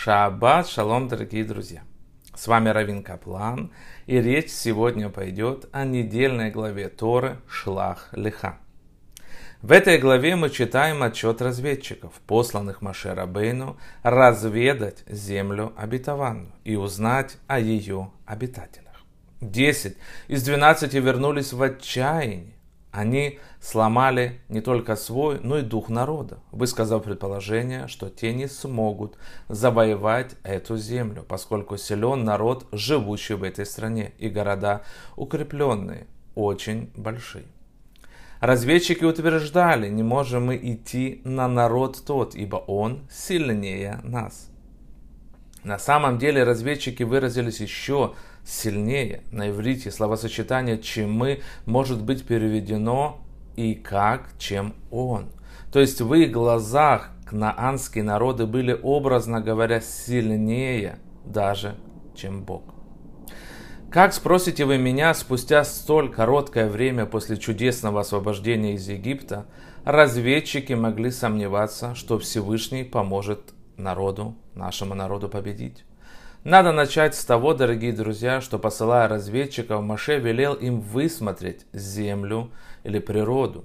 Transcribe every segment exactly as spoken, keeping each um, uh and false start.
Шаббат шалом, дорогие друзья! С вами Равин Каплан, и речь сегодня пойдет о недельной главе Торы Шлах Леха. В этой главе мы читаем отчет разведчиков, посланных Моше Рабейну, разведать землю обетованную и узнать о ее обитателях. Десять из двенадцати вернулись в отчаянии. Они сломали не только свой, но и дух народа, высказав предположение, что те не смогут завоевать эту землю, поскольку силен народ, живущий в этой стране, и города укрепленные, очень большие. Разведчики утверждали, не можем мы идти на народ тот, ибо он сильнее нас. На самом деле разведчики выразились еще сильнее. На иврите словосочетание «чем мы» может быть переведено и как «чем он». То есть в их глазах кнаанские народы были, образно говоря, сильнее даже, чем Бог. Как, спросите вы меня, спустя столь короткое время после чудесного освобождения из Египта, разведчики могли сомневаться, что Всевышний поможет народу, нашему народу победить? Надо начать с того, дорогие друзья, что, посылая разведчиков, Моше велел им высмотреть землю или природу,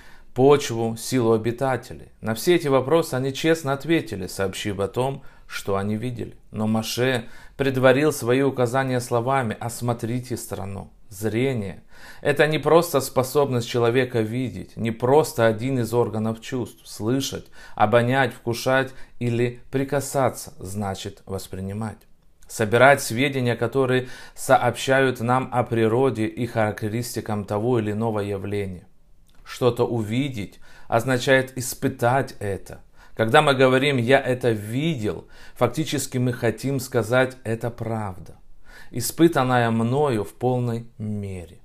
почву, силу обитателей. На все эти вопросы они честно ответили, сообщив о том, что они видели. Но Моше предварил свои указания словами: «Осмотрите страну». Зрение – это не просто способность человека видеть, не просто один из органов чувств. Слышать, обонять, вкушать или прикасаться – значит воспринимать. Собирать сведения, которые сообщают нам о природе и характеристикам того или иного явления. Что-то увидеть означает испытать это. Когда мы говорим «я это видел», фактически мы хотим сказать «это правда», испытанная мною в полной мере.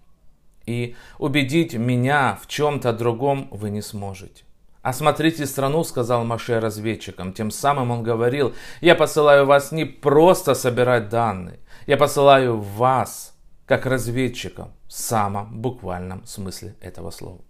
И убедить меня в чем-то другом вы не сможете. «Осмотрите страну», — сказал Моше разведчикам. Тем самым он говорил: «Я посылаю вас не просто собирать данные, я посылаю вас, как разведчиков, в самом буквальном смысле этого слова.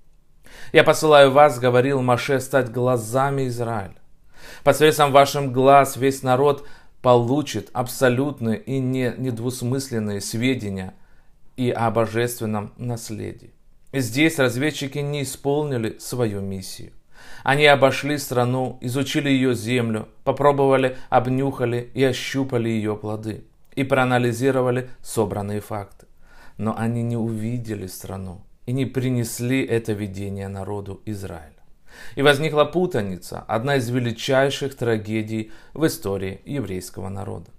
Я посылаю вас, — говорил Моше, — стать глазами Израиля. Посредством ваших глаз весь народ получит абсолютные и не, недвусмысленные сведения и о божественном наследии». И здесь разведчики не исполнили свою миссию. Они обошли страну, изучили ее землю, попробовали, обнюхали и ощупали ее плоды, и проанализировали собранные факты. Но они не увидели страну и не принесли это видение народу Израиля. И возникла путаница, одна из величайших трагедий в истории еврейского народа.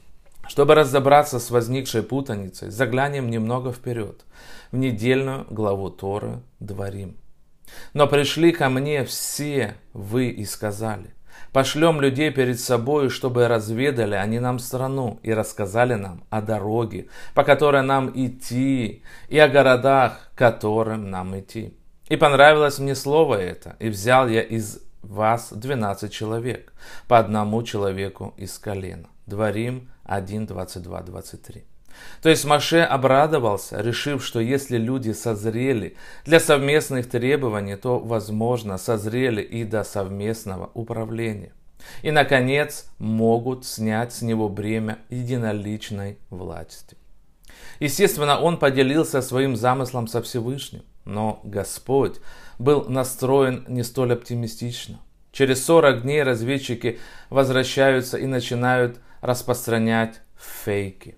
Чтобы разобраться с возникшей путаницей, заглянем немного вперед, в недельную главу Торы Дворим. «Но пришли ко мне все вы и сказали: пошлем людей перед собой, чтобы разведали они нам страну и рассказали нам о дороге, по которой нам идти, и о городах, к которым нам идти. И понравилось мне слово это, и взял я из вас двенадцать человек, по одному человеку из колена». Дворим один, двадцать два, двадцать три. То есть Моше обрадовался, решив, что если люди созрели для совместных требований, то, возможно, созрели и до совместного управления. И, наконец, могут снять с него бремя единоличной власти. Естественно, он поделился своим замыслом со Всевышним, но Господь был настроен не столь оптимистично. Через сорок дней разведчики возвращаются и начинают распространять фейки.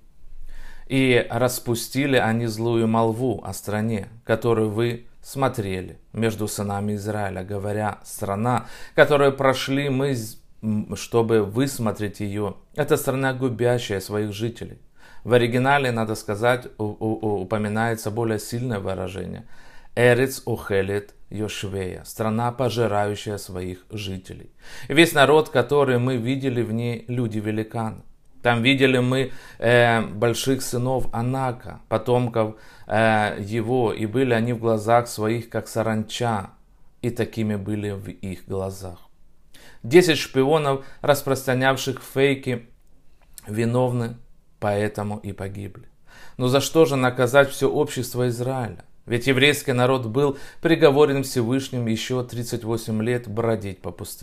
И распустили они злую молву о стране, которую вы смотрели между сынами Израиля, говоря: страна, которую прошли мы, чтобы высмотреть ее, это страна, губящая своих жителей. В оригинале, надо сказать, упоминается более сильное выражение: «Эрец охелет Йошвея», страна, пожирающая своих жителей. И весь народ, который мы видели в ней, люди-великаны. Там видели мы э, больших сынов Анака, потомков э, его, и были они в глазах своих, как саранча, и такими были в их глазах. Десять шпионов, распространявших фейки, виновны, поэтому и погибли. Но за что же наказать все общество Израиля? Ведь еврейский народ был приговорен Всевышним еще тридцать восемь лет бродить по пустыне.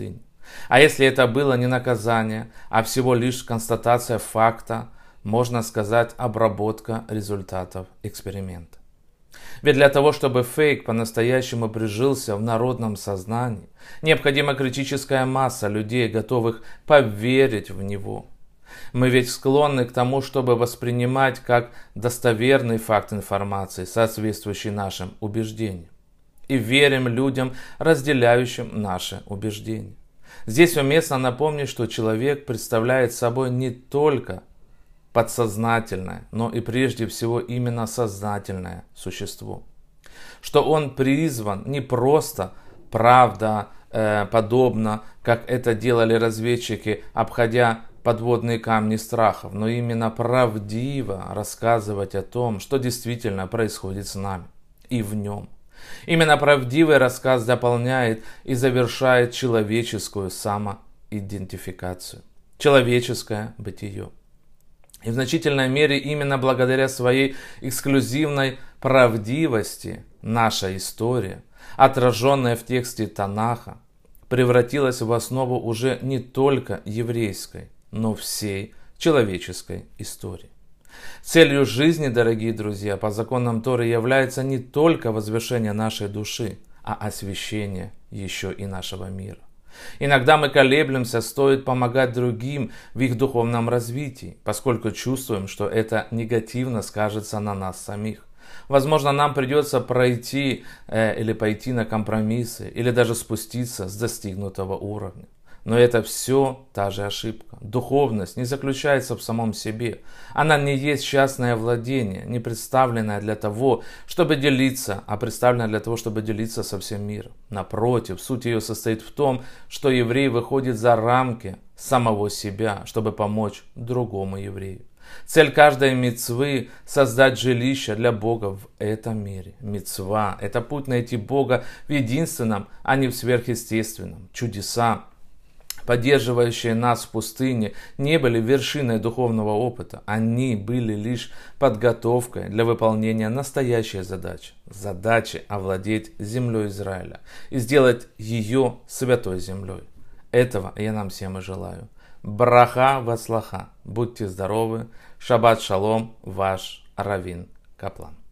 А если это было не наказание, а всего лишь констатация факта, можно сказать, обработка результатов эксперимента. Ведь для того, чтобы фейк по-настоящему прижился в народном сознании, необходима критическая масса людей, готовых поверить в него. Мы ведь склонны к тому, чтобы воспринимать как достоверный факт информации, соответствующий нашим убеждениям. И верим людям, разделяющим наши убеждения. Здесь уместно напомнить, что человек представляет собой не только подсознательное, но и прежде всего именно сознательное существо. Что он призван не просто правда э, подобно, как это делали разведчики, обходя подводные камни страхов, но именно правдиво рассказывать о том, что действительно происходит с нами и в нем. Именно правдивый рассказ дополняет и завершает человеческую самоидентификацию, человеческое бытие. И в значительной мере именно благодаря своей эксклюзивной правдивости наша история, отраженная в тексте Танаха, превратилась в основу уже не только еврейской, но всей человеческой истории. Целью жизни, дорогие друзья, по законам Торы является не только возвышение нашей души, а освящение еще и нашего мира. Иногда мы колеблемся, стоит помогать другим в их духовном развитии, поскольку чувствуем, что это негативно скажется на нас самих. Возможно, нам придется пройти э, или пойти на компромиссы, или даже спуститься с достигнутого уровня. Но это все та же ошибка. Духовность не заключается в самом себе. Она не есть частное владение, не представленное для того, чтобы делиться, а представленное для того, чтобы делиться со всем миром. Напротив, суть ее состоит в том, что еврей выходит за рамки самого себя, чтобы помочь другому еврею. Цель каждой мицвы – создать жилище для Бога в этом мире. Мицва – это путь найти Бога в единственном, а не в сверхъестественном. Чудеса, поддерживающие нас в пустыне, не были вершиной духовного опыта. Они были лишь подготовкой для выполнения настоящей задачи. Задачи овладеть землей Израиля и сделать ее святой землей. Этого я нам всем и желаю. Браха вацлаха. Будьте здоровы. Шаббат шалом. Ваш Равин Каплан.